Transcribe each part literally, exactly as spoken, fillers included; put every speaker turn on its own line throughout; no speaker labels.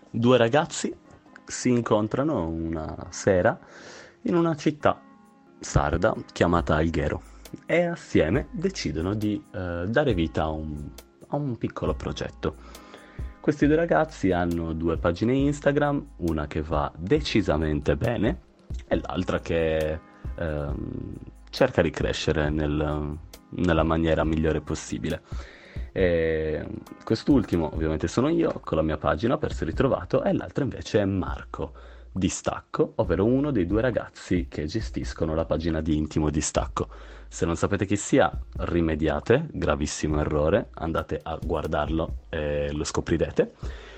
Due ragazzi si incontrano una sera in una città sarda chiamata Alghero e assieme decidono di eh, dare vita a un, a un piccolo progetto. Questi due ragazzi hanno due pagine Instagram, una che va decisamente bene e l'altra che ehm, cerca di crescere nel- nella maniera migliore possibile. E quest'ultimo ovviamente sono io con la mia pagina Perso e Ritrovato e l'altro invece è Marco Distacco, ovvero uno dei due ragazzi che gestiscono la pagina di Intimo Distacco. Se non sapete chi sia, rimediate, gravissimo errore, andate a guardarlo e lo scoprirete.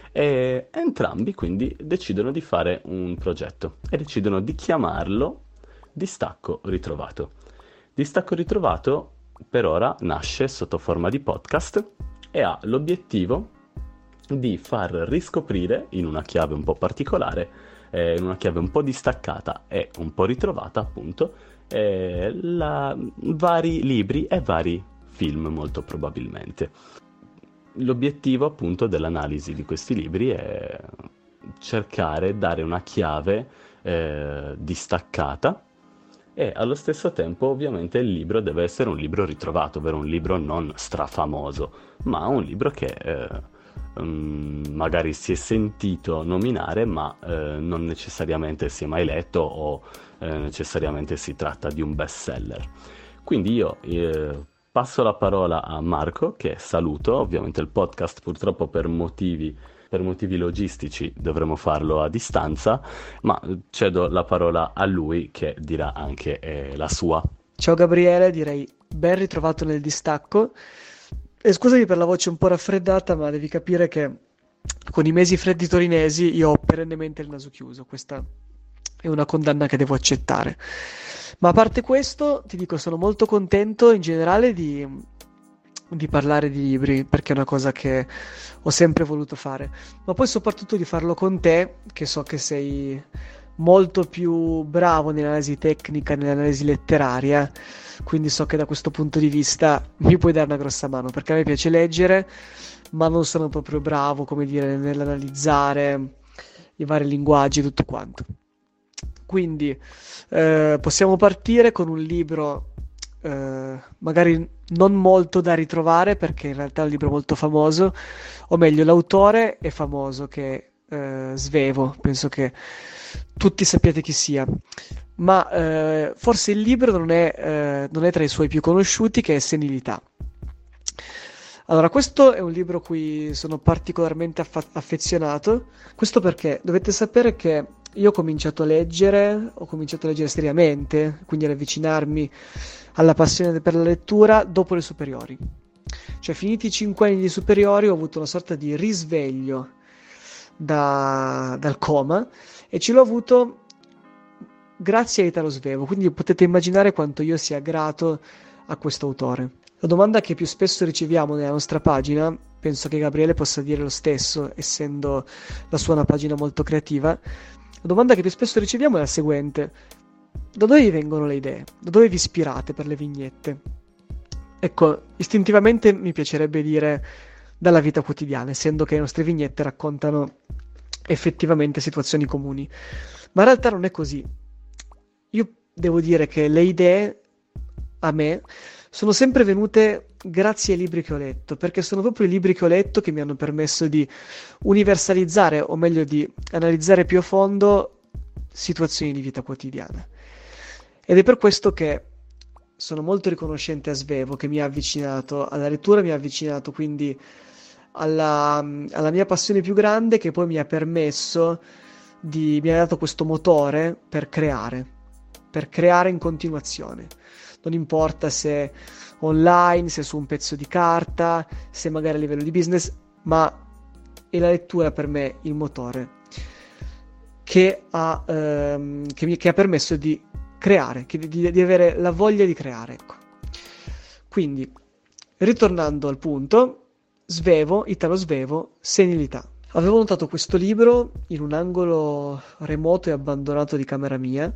E entrambi quindi decidono di fare un progetto e decidono di chiamarlo Distacco Ritrovato. Distacco Ritrovato per ora nasce sotto forma di podcast e ha l'obiettivo di far riscoprire in una chiave un po' particolare, eh, in una chiave un po' distaccata e un po' ritrovata appunto, eh, la- vari libri e vari film molto probabilmente. L'obiettivo appunto dell'analisi di questi libri è cercare, dare una chiave eh, distaccata e allo stesso tempo ovviamente il libro deve essere un libro ritrovato, ovvero un libro non strafamoso, ma un libro che eh, mm, magari si è sentito nominare, ma eh, non necessariamente si è mai letto o eh, necessariamente si tratta di un bestseller. Quindi io eh, passo la parola a Marco, che saluto. Ovviamente il podcast purtroppo per motivi, per motivi logistici dovremo farlo a distanza, ma cedo la parola a lui che dirà anche eh, la sua.
Ciao Gabriele, direi ben ritrovato nel distacco. E scusami per la voce un po' raffreddata, ma devi capire che con i mesi freddi torinesi io ho perennemente il naso chiuso. Questa è una condanna che devo accettare. Ma a parte questo, ti dico, sono molto contento in generale di, di parlare di libri, perché è una cosa che ho sempre voluto fare. Ma poi soprattutto di farlo con te, che so che sei molto più bravo nell'analisi tecnica, nell'analisi letteraria, quindi so che da questo punto di vista mi puoi dare una grossa mano, perché a me piace leggere, ma non sono proprio bravo, come dire, nell'analizzare i vari linguaggi e tutto quanto. Quindi eh, possiamo partire con un libro eh, magari non molto da ritrovare, perché in realtà è un libro molto famoso, o meglio l'autore è famoso, che è eh, Svevo, penso che tutti sappiate chi sia, ma eh, forse il libro non è, eh, non è tra i suoi più conosciuti, che è Senilità. Allora, questo è un libro a cui sono particolarmente affa- affezionato. Questo perché dovete sapere che io ho cominciato a leggere, ho cominciato a leggere seriamente, quindi ad avvicinarmi alla passione per la lettura dopo le superiori. Cioè, finiti i cinque anni di superiori, ho avuto una sorta di risveglio da- dal coma e ce l'ho avuto grazie a Italo Svevo, quindi potete immaginare quanto io sia grato a questo autore. La domanda che più spesso riceviamo nella nostra pagina, penso che Gabriele possa dire lo stesso, essendo la sua una pagina molto creativa, la domanda che più spesso riceviamo è la seguente: da dove vi vengono le idee? Da dove vi ispirate per le vignette? Ecco, istintivamente mi piacerebbe dire dalla vita quotidiana, essendo che le nostre vignette raccontano effettivamente situazioni comuni. Ma in realtà non è così. Io devo dire che le idee a me sono sempre venute grazie ai libri che ho letto, perché sono proprio i libri che ho letto che mi hanno permesso di universalizzare, o meglio di analizzare più a fondo situazioni di vita quotidiana. Ed è per questo che sono molto riconoscente a Svevo, che mi ha avvicinato alla lettura, mi ha avvicinato quindi alla, alla mia passione più grande, che poi mi ha permesso di, mi ha dato questo motore per creare, per creare in continuazione. Non importa se online, se su un pezzo di carta, se magari a livello di business, ma è la lettura per me il motore che ha, ehm, che mi, che ha permesso di creare, che, di, di avere la voglia di creare, ecco. Quindi, ritornando al punto, Svevo, Italo Svevo, Senilità. Avevo notato questo libro in un angolo remoto e abbandonato di camera mia.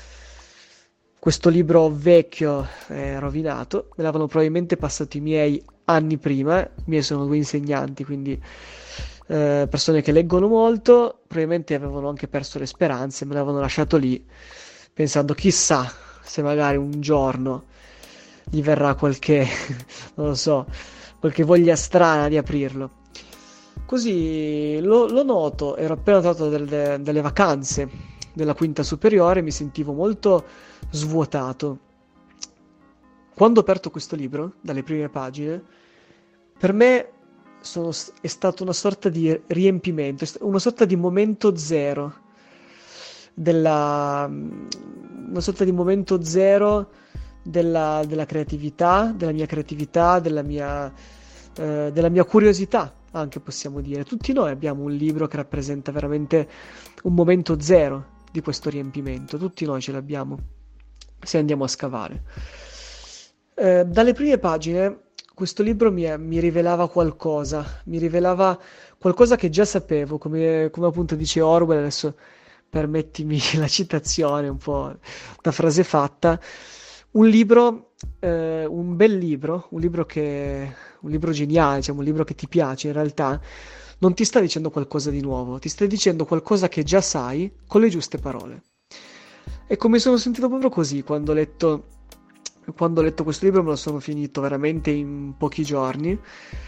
Questo libro vecchio e rovinato, me l'avevano probabilmente passato i miei anni prima, i miei sono due insegnanti, quindi eh, persone che leggono molto, probabilmente avevano anche perso le speranze, me l'avevano lasciato lì, pensando chissà se magari un giorno gli verrà qualche, non lo so, qualche voglia strana di aprirlo. Così lo, lo noto, ero appena tornato delle, delle vacanze della quinta superiore, mi sentivo molto svuotato. Quando ho aperto questo libro, dalle prime pagine, per me sono, è stato una sorta di riempimento, una sorta di momento zero, della, una sorta di momento zero della, della creatività, della mia creatività, della mia, eh, della mia curiosità, anche possiamo dire. Tutti noi abbiamo un libro che rappresenta veramente un momento zero di questo riempimento, tutti noi ce l'abbiamo, se andiamo a scavare. Eh, dalle prime pagine questo libro mi, mi rivelava qualcosa, mi rivelava qualcosa che già sapevo, come, come appunto dice Orwell, adesso permettimi la citazione, un po' una frase fatta, un libro, eh, un bel libro, un libro che, un libro geniale, diciamo, un libro che ti piace in realtà, non ti sta dicendo qualcosa di nuovo, ti sta dicendo qualcosa che già sai con le giuste parole. E come sono sentito proprio così quando ho letto, quando ho letto questo libro, me lo sono finito veramente in pochi giorni,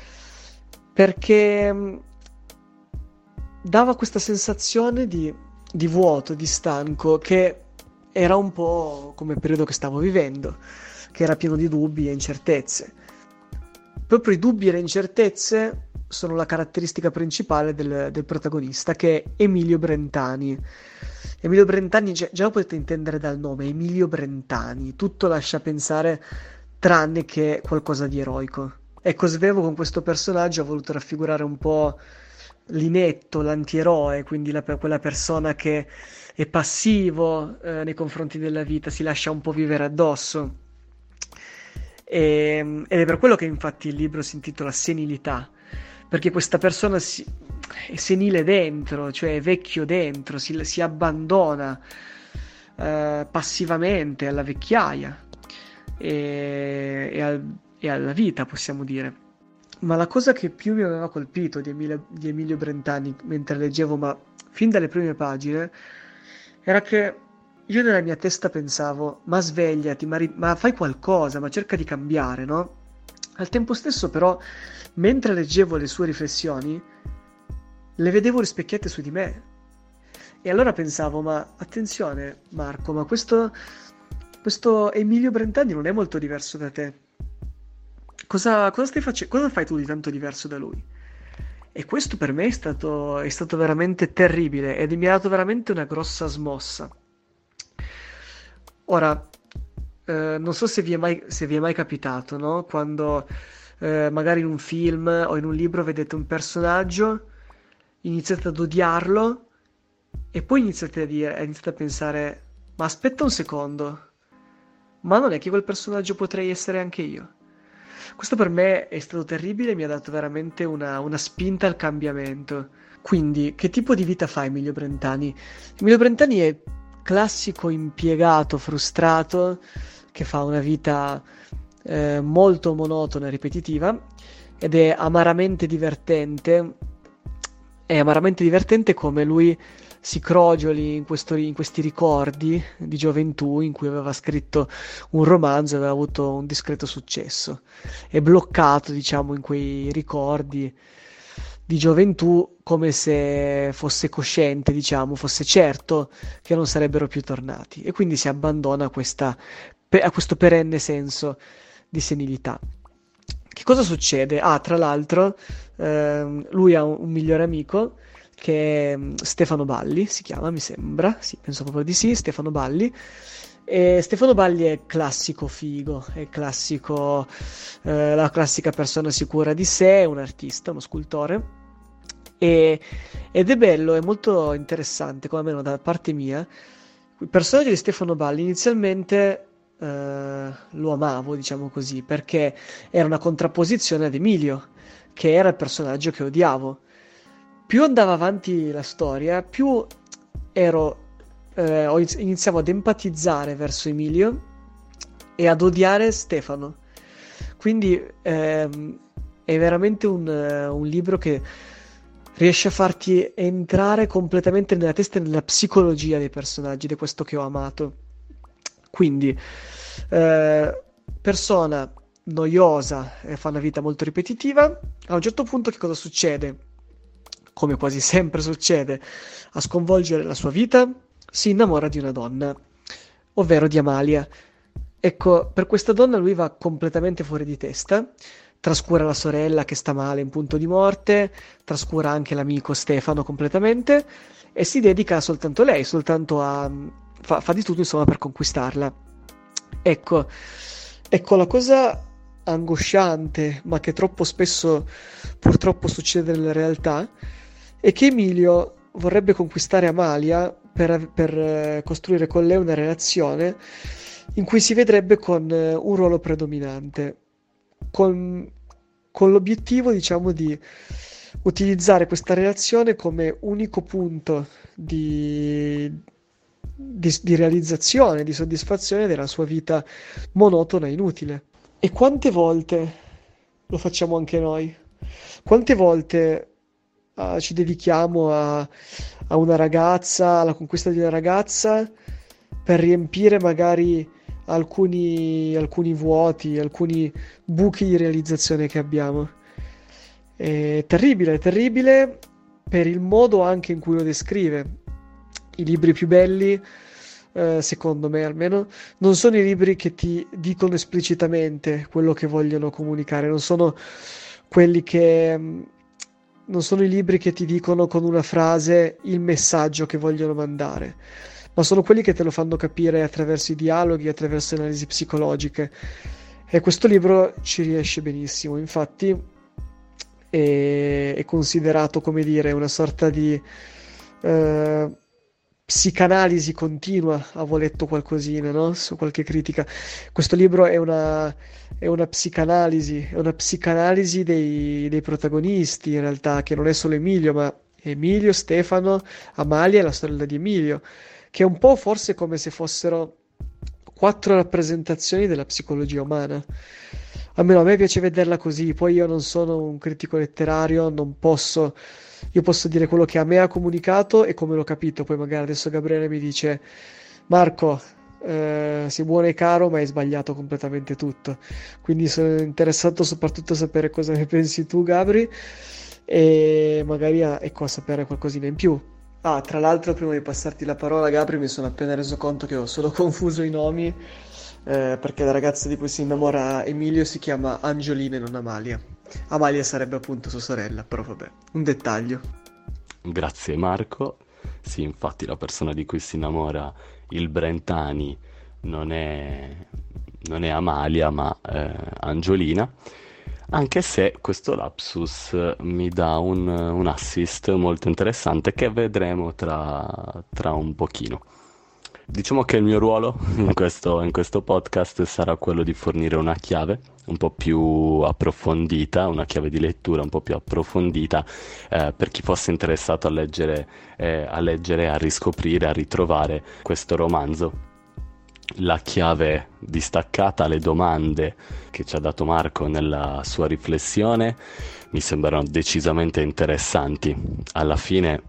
perché dava questa sensazione di, di vuoto, di stanco, che era un po' come il periodo che stavo vivendo, che era pieno di dubbi e incertezze. Proprio i dubbi e le incertezze sono la caratteristica principale del, del protagonista, che è Emilio Brentani. Emilio Brentani, già, già lo potete intendere dal nome, Emilio Brentani, tutto lascia pensare tranne che qualcosa di eroico. Ecco, Svevo con questo personaggio ha voluto raffigurare un po' l'inetto, l'antieroe, quindi la, quella persona che è passivo eh, nei confronti della vita, si lascia un po' vivere addosso. E, ed è per quello che infatti il libro si intitola Senilità, perché questa persona si, è senile dentro, cioè è vecchio dentro, si, si abbandona eh, passivamente alla vecchiaia e, e, al, e alla vita, possiamo dire. Ma la cosa che più mi aveva colpito di Emilio, di Emilio Brentani mentre leggevo, ma fin dalle prime pagine, era che io nella mia testa pensavo, ma svegliati, ma, ri- ma fai qualcosa, ma cerca di cambiare, no? Al tempo stesso però, mentre leggevo le sue riflessioni, le vedevo rispecchiate su di me. E allora pensavo, ma attenzione Marco, ma questo, questo Emilio Brentani non è molto diverso da te. Cosa, cosa stai facendo? Cosa fai tu di tanto diverso da lui? E questo per me è stato, è stato veramente terribile ed mi ha dato veramente una grossa smossa. Ora, eh, non so se vi è mai, se vi è mai capitato, no? Quando eh, magari in un film o in un libro vedete un personaggio, iniziate ad odiarlo e poi iniziate a dire, iniziate a pensare, ma aspetta un secondo, ma non è che quel personaggio potrei essere anche io? Questo per me è stato terribile e mi ha dato veramente una, una spinta al cambiamento. Quindi, che tipo di vita fa Emilio Brentani? Emilio Brentani è classico impiegato frustrato che fa una vita eh, molto monotona e ripetitiva ed è amaramente divertente. È amaramente divertente come lui si crogioli in, questo, in questi ricordi di gioventù in cui aveva scritto un romanzo e aveva avuto un discreto successo. È bloccato, diciamo, in quei ricordi di gioventù come se fosse cosciente, diciamo, fosse certo che non sarebbero più tornati e quindi si abbandona a, questa, a questo perenne senso di senilità. Che cosa succede? Ah, tra l'altro, ehm, lui ha un, un migliore amico che è Stefano Balli, si chiama, mi sembra, sì, penso proprio di sì, Stefano Balli. E Stefano Balli è classico figo, è classico, eh, la classica persona sicura di sé, è un artista, uno scultore, e, ed è bello, è molto interessante, come almeno da parte mia. Il personaggio di Stefano Balli inizialmente eh, lo amavo, diciamo così, perché era una contrapposizione ad Emilio, che era il personaggio che odiavo. Più andava avanti la storia, più ero, eh, iniziavo ad empatizzare verso Emilio e ad odiare Stefano. Quindi ehm, è veramente un, un libro che riesce a farti entrare completamente nella testa e nella psicologia dei personaggi, ed è questo che ho amato. Quindi, eh, persona noiosa e fa una vita molto ripetitiva. A un certo punto che cosa succede? Come quasi sempre succede, a sconvolgere la sua vita, si innamora di una donna, ovvero di Amalia. Ecco, per questa donna lui va completamente fuori di testa, trascura la sorella che sta male in punto di morte, trascura anche l'amico Stefano completamente e si dedica soltanto a lei, soltanto a... fa, fa di tutto insomma per conquistarla. Ecco, ecco la cosa angosciante, ma che troppo spesso purtroppo succede nella realtà, è che Emilio vorrebbe conquistare Amalia per, per eh, costruire con lei una relazione in cui si vedrebbe con eh, un ruolo predominante, con, con l'obiettivo, diciamo, di utilizzare questa relazione come unico punto di, di, di realizzazione, di soddisfazione della sua vita monotona e inutile. E quante volte lo facciamo anche noi? Quante volte uh, ci dedichiamo a, a una ragazza, alla conquista di una ragazza, per riempire magari alcuni, alcuni vuoti, alcuni buchi di realizzazione che abbiamo? È terribile, è terribile per il modo anche in cui lo descrive. I libri più belli, eh, secondo me almeno, non sono i libri che ti dicono esplicitamente quello che vogliono comunicare, non sono quelli che... non sono i libri che ti dicono con una frase il messaggio che vogliono mandare, ma sono quelli che te lo fanno capire attraverso i dialoghi, attraverso le analisi psicologiche. E questo libro ci riesce benissimo, infatti è, è considerato, come dire, una sorta di eh, psicanalisi continua. Avevo letto qualcosina, no? Su qualche critica. Questo libro è una, è una psicanalisi, è una psicanalisi dei, dei protagonisti, in realtà, che non è solo Emilio, ma Emilio, Stefano, Amalia e la sorella di Emilio, che è un po' forse come se fossero quattro rappresentazioni della psicologia umana. Almeno a me piace vederla così. Poi io non sono un critico letterario, non posso, io posso dire quello che a me ha comunicato e come l'ho capito. Poi magari adesso Gabriele mi dice: Marco, eh, sei buono e caro, ma hai sbagliato completamente tutto. Quindi sono interessato soprattutto a sapere cosa ne pensi tu, Gabri, e magari a, ecco, a sapere qualcosina in più. Ah, tra l'altro, prima di passarti la parola, Gabri, mi sono appena reso conto che ho solo confuso i nomi, eh, perché la ragazza di cui si innamora Emilio si chiama Angiolina e non Amalia. Amalia sarebbe appunto sua sorella, però vabbè, un dettaglio.
Grazie Marco. Sì, infatti la persona di cui si innamora il Brentani non è, non è Amalia, ma eh, Angiolina. Anche se questo lapsus mi dà un, un assist molto interessante che vedremo tra, tra un pochino. Diciamo che il mio ruolo in questo, in questo podcast sarà quello di fornire una chiave un po' più approfondita, una chiave di lettura un po' più approfondita eh, per chi fosse interessato a leggere, eh, a leggere, a riscoprire, a ritrovare questo romanzo. La chiave distaccata alle domande che ci ha dato Marco nella sua riflessione mi sembrano decisamente interessanti. Alla fine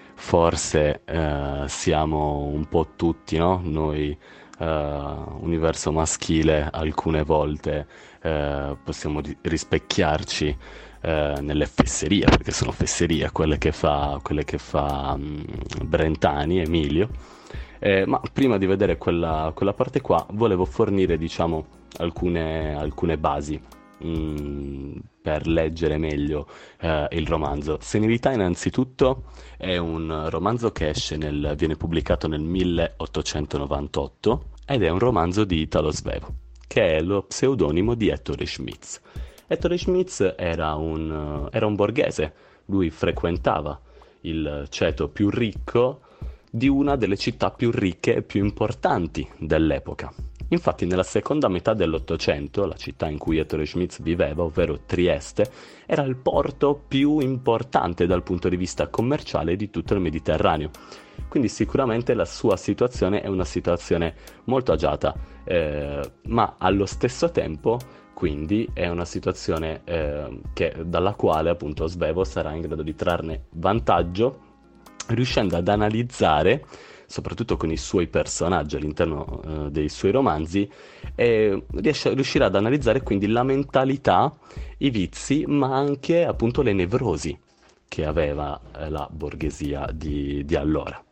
forse eh, siamo un po' tutti, no? Noi eh, universo maschile alcune volte eh, possiamo ri- rispecchiarci eh, nelle fesserie, perché sono fesserie quelle che fa, quelle che fa um, Brentani, Emilio. Eh, ma prima di vedere quella, quella parte qua, volevo fornire, diciamo, alcune, alcune basi mh, per leggere meglio eh, il romanzo. Senilità, innanzitutto, è un romanzo che esce nel, viene pubblicato nel milleottocentonovantotto ed è un romanzo di Italo Svevo, che è lo pseudonimo di Ettore Schmitz. Ettore Schmitz era un, era un borghese, lui frequentava il ceto più ricco di una delle città più ricche e più importanti dell'epoca. Infatti nella seconda metà dell'Ottocento la città in cui Ettore Schmitz viveva, ovvero Trieste, era il porto più importante dal punto di vista commerciale di tutto il Mediterraneo. Quindi sicuramente la sua situazione è una situazione molto agiata, eh, ma allo stesso tempo quindi è una situazione eh, che, dalla quale appunto Svevo sarà in grado di trarne vantaggio, riuscendo ad analizzare, soprattutto con i suoi personaggi all'interno eh, dei suoi romanzi, e riesce, riuscirà ad analizzare quindi la mentalità, i vizi, ma anche appunto le nevrosi che aveva eh, la borghesia di, di allora.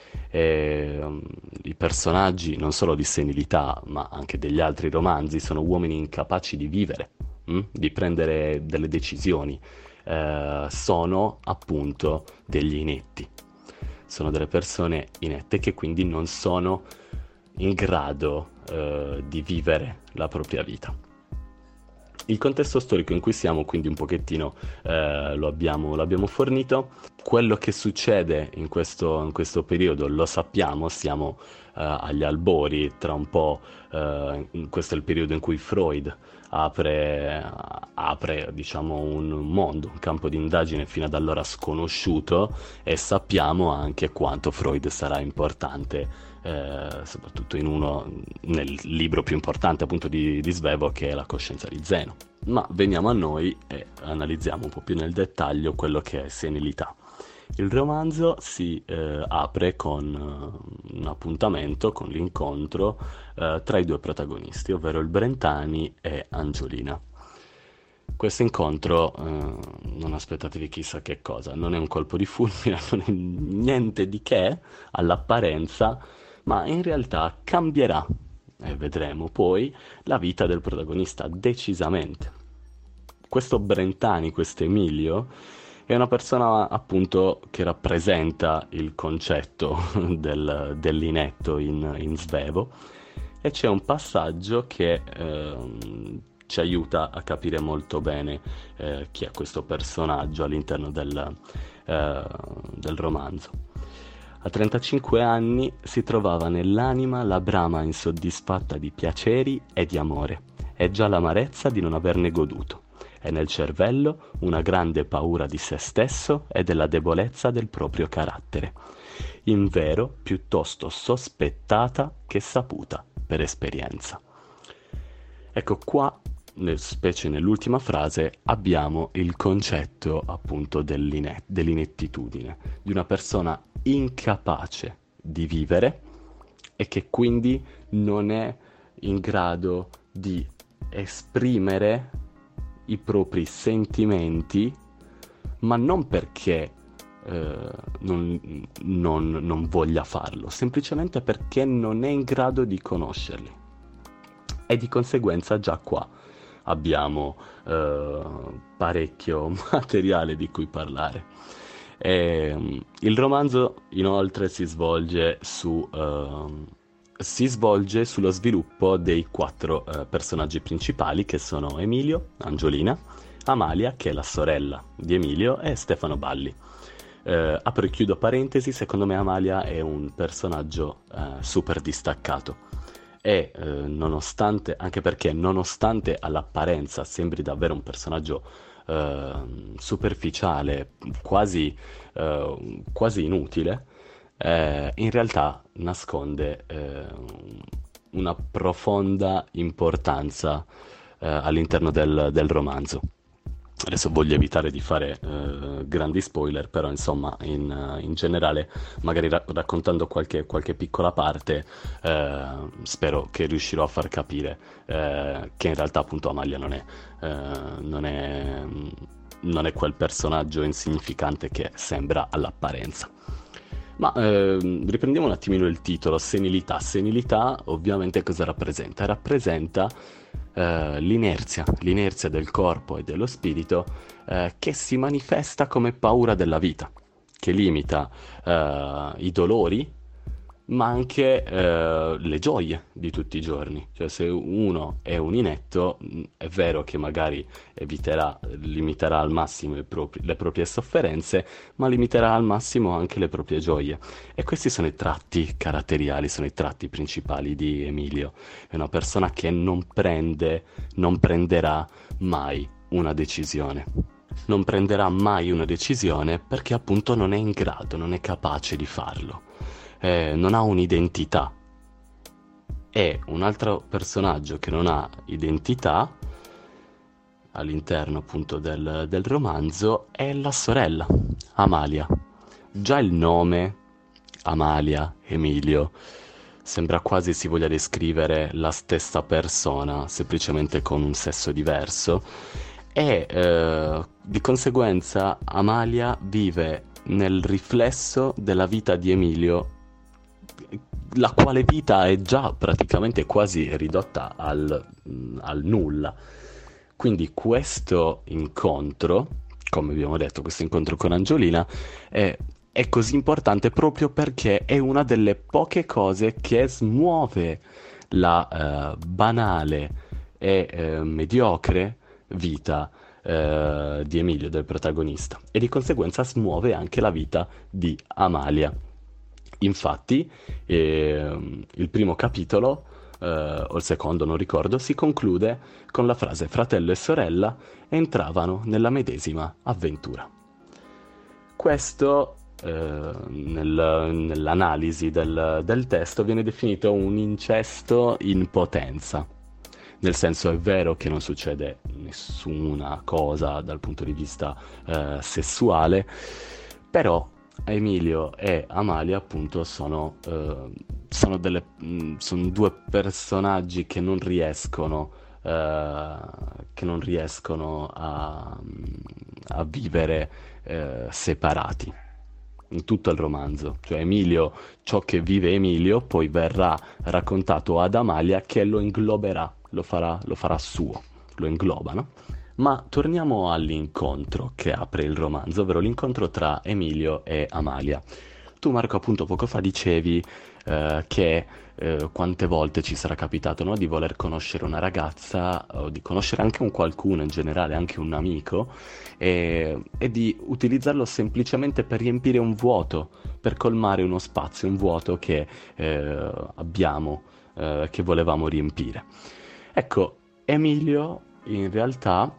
E, um, i personaggi non solo di Senilità ma anche degli altri romanzi sono uomini incapaci di vivere, hm? Di prendere delle decisioni, eh, sono appunto degli inetti, sono delle persone inette che quindi non sono in grado eh, di vivere la propria vita. Il contesto storico in cui siamo quindi un pochettino eh, lo abbiamo, l'abbiamo fornito. Quello che succede in questo, in questo periodo lo sappiamo, siamo eh, agli albori, tra un po' eh, questo è il periodo in cui Freud apre, apre diciamo un mondo, un campo di indagine fino ad allora sconosciuto, e sappiamo anche quanto Freud sarà importante Eh, soprattutto in uno, nel libro più importante appunto di, di Svevo, che è La coscienza di Zeno. Ma veniamo a noi e analizziamo un po' più nel dettaglio quello che è Senilità. Il romanzo si eh, apre con uh, un appuntamento, con l'incontro uh, tra i due protagonisti, ovvero il Brentani e Angiolina. Questo incontro, uh, non aspettatevi chissà che cosa, non è un colpo di fulmine, non è niente di che all'apparenza, ma in realtà cambierà, e vedremo poi, la vita del protagonista decisamente. Questo Brentani, questo Emilio, è una persona appunto che rappresenta il concetto del, dell'inetto in, in Svevo, e c'è un passaggio che eh, ci aiuta a capire molto bene eh, chi è questo personaggio all'interno del, eh, del romanzo. A trentacinque anni si trovava nell'anima la brama insoddisfatta di piaceri e di amore, e già l'amarezza di non averne goduto, e nel cervello una grande paura di se stesso e della debolezza del proprio carattere, invero piuttosto sospettata che saputa per esperienza. Ecco qua, nel, specie nell'ultima frase, abbiamo il concetto appunto dell'ine- dell'inettitudine, di una persona incapace di vivere e che quindi non è in grado di esprimere i propri sentimenti, ma non perché eh, non, non, non voglia farlo, semplicemente perché non è in grado di conoscerli. E di conseguenza già qua abbiamo eh, parecchio materiale di cui parlare. E, il romanzo inoltre si svolge su uh, si svolge sullo sviluppo dei quattro uh, personaggi principali, che sono Emilio, Angiolina, Amalia, che è la sorella di Emilio, e Stefano Balli. Uh, apro e chiudo parentesi, secondo me Amalia è un personaggio uh, super distaccato. E eh, nonostante, anche perché nonostante all'apparenza sembri davvero un personaggio eh, superficiale, quasi, eh, quasi inutile, eh, in realtà nasconde eh, una profonda importanza eh, all'interno del, del romanzo. Adesso voglio evitare di fare eh, grandi spoiler, però insomma in, in generale, magari ra- raccontando qualche, qualche piccola parte, eh, spero che riuscirò a far capire eh, che in realtà appunto Amalia non è, eh, non è, non è quel personaggio insignificante che sembra all'apparenza. Ma eh, riprendiamo un attimino il titolo, Senilità. Senilità ovviamente cosa rappresenta? Rappresenta Uh, l'inerzia, l'inerzia del corpo e dello spirito uh, che si manifesta come paura della vita, che limita uh, i dolori, ma anche uh, le gioie di tutti i giorni. Cioè, se uno è un inetto, è vero che magari eviterà, limiterà al massimo i propri, le proprie sofferenze, ma limiterà al massimo anche le proprie gioie. E questi sono i tratti caratteriali, sono i tratti principali di Emilio. È una persona che non prende, non prenderà mai una decisione. Non prenderà mai una decisione perché appunto non è in grado, non è capace di farlo. Eh, non ha un'identità. E un altro personaggio che non ha identità all'interno appunto del, del romanzo è la sorella, Amalia. Già il nome, Amalia, Emilio, sembra quasi si voglia descrivere la stessa persona, semplicemente con un sesso diverso, e eh, di conseguenza Amalia vive nel riflesso della vita di Emilio, la quale vita è già praticamente quasi ridotta al, al nulla. Quindi questo incontro, come abbiamo detto, questo incontro con Angiolina è, è così importante proprio perché è una delle poche cose che smuove la eh, banale e eh, mediocre vita eh, di Emilio, del protagonista, e di conseguenza smuove anche la vita di Amalia. Infatti, ehm, il primo capitolo, eh, o il secondo, non ricordo, si conclude con la frase fratello e sorella entravano nella medesima avventura. Questo, eh, nel- nell'analisi del, del testo, viene definito un incesto in potenza. Nel senso, è vero che non succede nessuna cosa dal punto di vista eh, sessuale, però Emilio e Amalia appunto sono, eh, sono, delle, mh, sono due personaggi che non riescono, eh, che non riescono a, a vivere eh, separati in tutto il romanzo. Cioè Emilio, ciò che vive Emilio poi verrà raccontato ad Amalia, che lo ingloberà, lo farà, lo farà suo, lo ingloba, no? Ma torniamo all'incontro che apre il romanzo, ovvero l'incontro tra Emilio e Amalia. Tu, Marco, appunto poco fa dicevi eh, che eh, quante volte ci sarà capitato, no, di voler conoscere una ragazza o di conoscere anche un qualcuno in generale, anche un amico, e, e di utilizzarlo semplicemente per riempire un vuoto, per colmare uno spazio, un vuoto che eh, abbiamo, eh, che volevamo riempire. Ecco, Emilio in realtà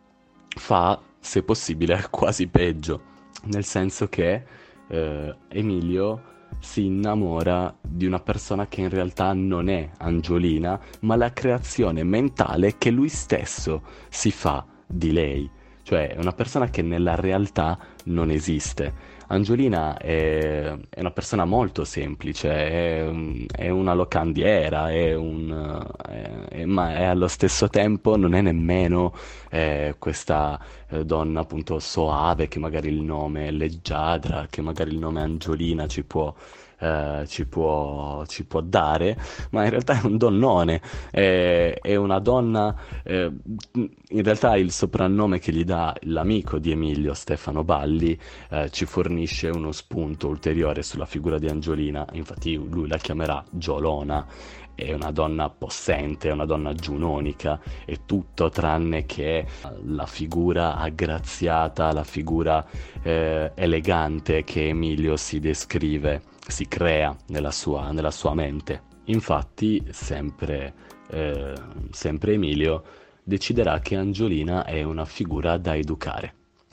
fa, se possibile, quasi peggio, nel senso che eh, Emilio si innamora di una persona che in realtà non è Angiolina, ma la creazione mentale che lui stesso si fa di lei. Cioè, è una persona che nella realtà non esiste. Angiolina è, è una persona molto semplice, è, è una locandiera, è un, è- è- ma è allo stesso tempo non è nemmeno eh, questa eh, donna appunto soave, che magari il nome è leggiadra, che magari il nome Angiolina ci può, eh, ci può, ci può dare, ma in realtà è un donnone, è, è una donna, eh, in realtà il soprannome che gli dà l'amico di Emilio, Stefano Balli, eh, ci fornisce uno spunto ulteriore sulla figura di Angiolina. Infatti lui la chiamerà Giolona. È una donna possente, è una donna giunonica, è tutto tranne che la figura aggraziata, la figura eh, elegante che Emilio si descrive, si crea nella sua, nella sua mente. Infatti, sempre, eh, sempre Emilio deciderà che Angiolina è una figura da educare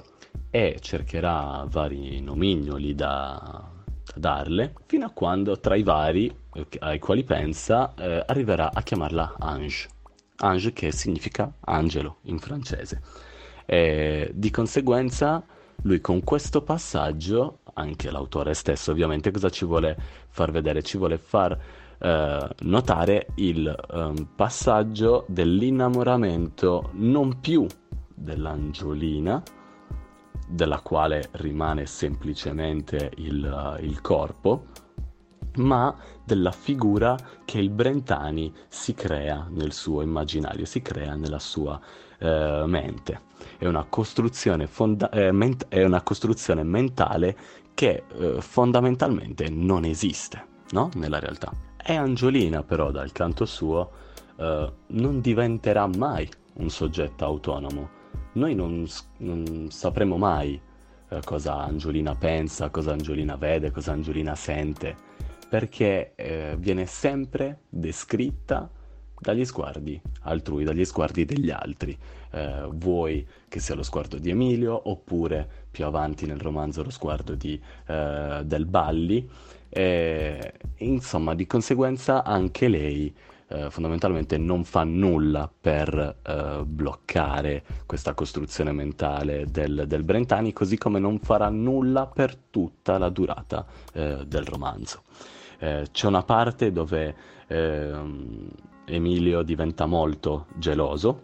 e cercherà vari nomignoli da, da darle, fino a quando tra i vari eh, ai quali pensa eh, arriverà a chiamarla Ange. Ange, che significa angelo in francese. E di conseguenza lui, con questo passaggio, anche l'autore stesso ovviamente, cosa ci vuole far vedere? Ci vuole far eh, notare il ehm, passaggio dell'innamoramento non più dell'Angiolina, della quale rimane semplicemente il, il corpo, ma della figura che il Brentani si crea nel suo immaginario, si crea nella sua eh, mente. È una costruzione, fonda- eh, ment- è una costruzione mentale che eh, fondamentalmente non esiste, no? Nella realtà. E Angiolina, però, dal canto suo, eh, non diventerà mai un soggetto autonomo. Noi non, s- non sapremo mai eh, cosa Angiolina pensa, cosa Angiolina vede, cosa Angiolina sente, perché eh, viene sempre descritta dagli sguardi altrui, dagli sguardi degli altri, eh, vuoi che sia lo sguardo di Emilio, oppure più avanti nel romanzo lo sguardo di, eh, del Balli, e, insomma, di conseguenza anche lei eh, fondamentalmente non fa nulla per eh, bloccare questa costruzione mentale del, del Brentani, così come non farà nulla per tutta la durata eh, del romanzo. Eh, c'è una parte dove ehm, Emilio diventa molto geloso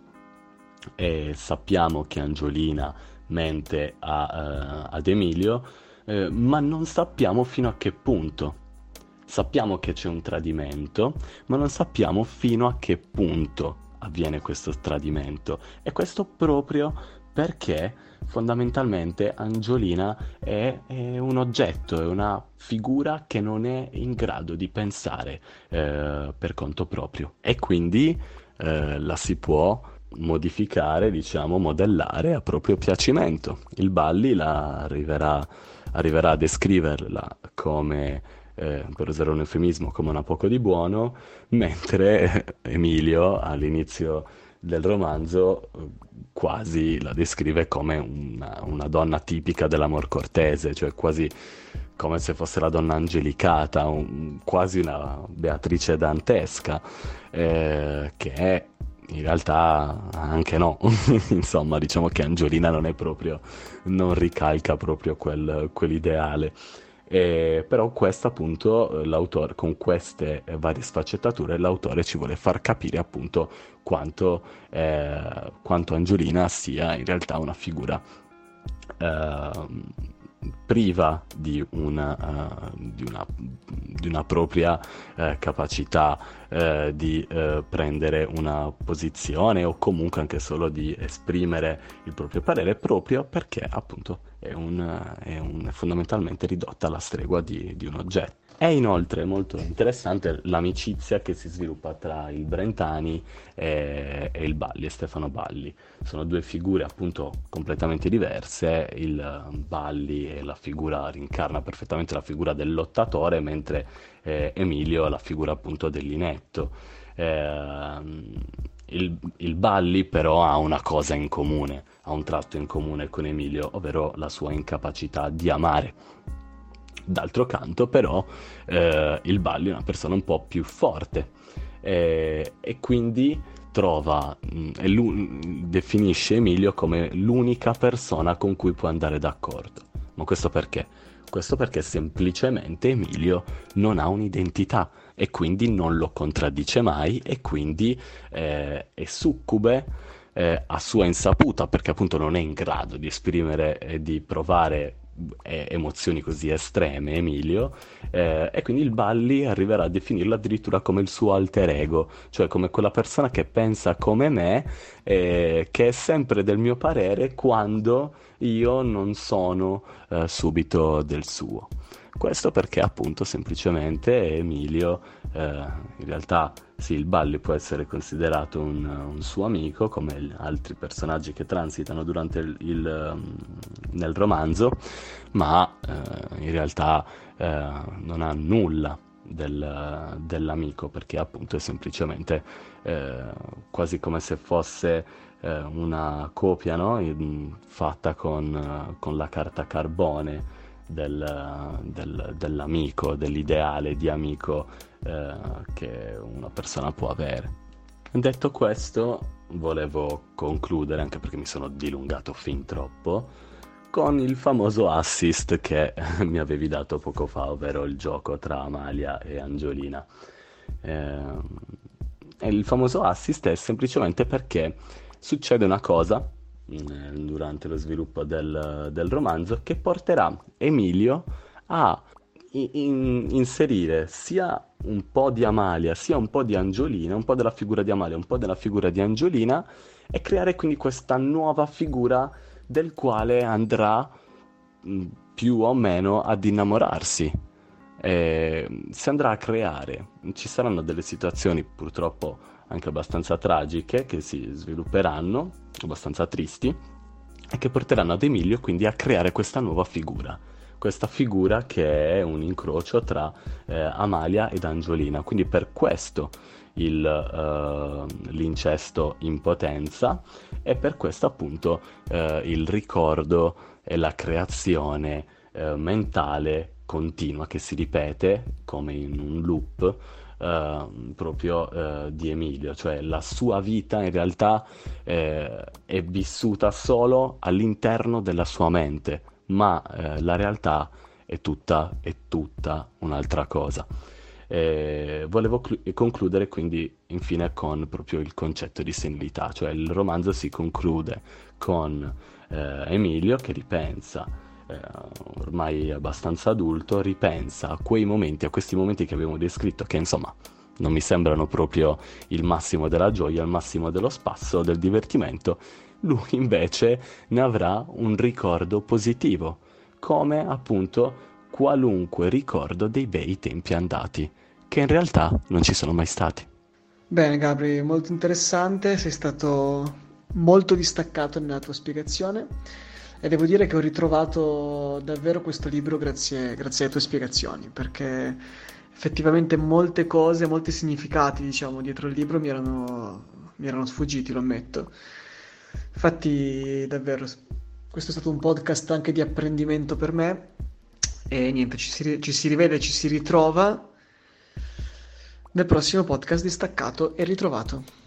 e sappiamo che Angiolina mente a, eh, ad Emilio, eh, ma non sappiamo fino a che punto. Sappiamo che c'è un tradimento, ma non sappiamo fino a che punto avviene questo tradimento. E questo proprio perché fondamentalmente Angiolina è, è un oggetto, è una figura che non è in grado di pensare eh, per conto proprio. E quindi eh, la si può modificare, diciamo, modellare a proprio piacimento. Il Balli la arriverà, arriverà a descriverla come, eh, per usare un eufemismo, come una poco di buono, mentre Emilio all'inizio del romanzo eh, quasi la descrive come una, una donna tipica dell'amor cortese, cioè quasi come se fosse la donna angelicata, un- quasi una Beatrice dantesca, eh, che è in realtà anche no. Insomma, diciamo che Angiolina non è proprio, non ricalca proprio quel, quell'ideale. E, però questo appunto l'autore, con queste varie sfaccettature, l'autore ci vuole far capire appunto quanto, eh, quanto Angiolina sia in realtà una figura eh, priva di una, eh, di una, di una propria eh, capacità eh, di eh, prendere una posizione o comunque anche solo di esprimere il proprio parere, proprio perché appunto è, un, è, un, è fondamentalmente ridotta alla stregua di, di un oggetto. È inoltre molto interessante l'amicizia che si sviluppa tra il Brentani e, e il Balli, e Stefano Balli. Sono due figure appunto completamente diverse. Il Balli è la figura, rincarna perfettamente la figura del lottatore, mentre eh, Emilio è la figura appunto dell'inetto. Eh, il, il Balli però ha una cosa in comune, ha un tratto in comune con Emilio, ovvero la sua incapacità di amare. D'altro canto, però, eh, il Balli è una persona un po' più forte eh, e quindi trova, mh, e lu- definisce Emilio come l'unica persona con cui può andare d'accordo. Ma questo perché? Questo perché semplicemente Emilio non ha un'identità e quindi non lo contraddice mai e quindi eh, è succube eh, a sua insaputa, perché appunto non è in grado di esprimere e di provare eh, emozioni così estreme, Emilio, eh, e quindi il Balli arriverà a definirlo addirittura come il suo alter ego, cioè come quella persona che pensa come me, eh, che è sempre del mio parere quando io non sono eh, subito del suo. Questo perché appunto semplicemente Emilio, eh, in realtà sì, il Balli può essere considerato un, un suo amico, come gli altri personaggi che transitano durante il, il, um, nel romanzo, ma eh, in realtà eh, non ha nulla del- dell'amico, perché appunto è semplicemente eh, quasi come se fosse eh, una copia, no? In- fatta con, eh, con la carta carbone del- del- dell'amico, dell'ideale di amico eh, che una persona può avere. Detto questo, volevo concludere, anche perché mi sono dilungato fin troppo, con il famoso assist che mi avevi dato poco fa, ovvero il gioco tra Amalia e Angiolina. Ehm, e il famoso assist è semplicemente perché succede una cosa eh, durante lo sviluppo del, del romanzo che porterà Emilio a i- in- inserire sia un po' di Amalia, sia un po' di Angiolina, un po' della figura di Amalia, un po' della figura di Angiolina, e creare quindi questa nuova figura del quale andrà mh, più o meno ad innamorarsi. Eh, si andrà a creare, ci saranno delle situazioni purtroppo anche abbastanza tragiche che si svilupperanno, abbastanza tristi, e che porteranno ad Emilio quindi a creare questa nuova figura. Questa figura che è un incrocio tra eh, Amalia ed Angiolina. Quindi per questo il, eh, l'incesto in potenza e per questo appunto eh, il ricordo e la creazione eh, mentale continua, che si ripete come in un loop eh, proprio eh, di Emilio, cioè la sua vita in realtà eh, è vissuta solo all'interno della sua mente, ma eh, la realtà è tutta, è tutta un'altra cosa. Eh, volevo clu- concludere quindi infine con proprio il concetto di senilità, cioè il romanzo si conclude con eh, Emilio che ripensa, eh, ormai abbastanza adulto, ripensa a quei momenti, a questi momenti che abbiamo descritto, che insomma non mi sembrano proprio il massimo della gioia, il massimo dello spasso, del divertimento. Lui invece ne avrà un ricordo positivo, come appunto qualunque ricordo dei bei tempi andati, che in realtà non ci sono mai stati.
Bene, Gabri, molto interessante, sei stato molto distaccato nella tua spiegazione e devo dire che ho ritrovato davvero questo libro grazie, grazie alle tue spiegazioni, perché effettivamente molte cose, molti significati, diciamo, dietro il libro mi erano, mi erano sfuggiti, lo ammetto. Infatti, davvero, questo è stato un podcast anche di apprendimento per me e niente, ci si, ri- ci si rivede, ci si ritrova nel prossimo podcast di Staccato e Ritrovato.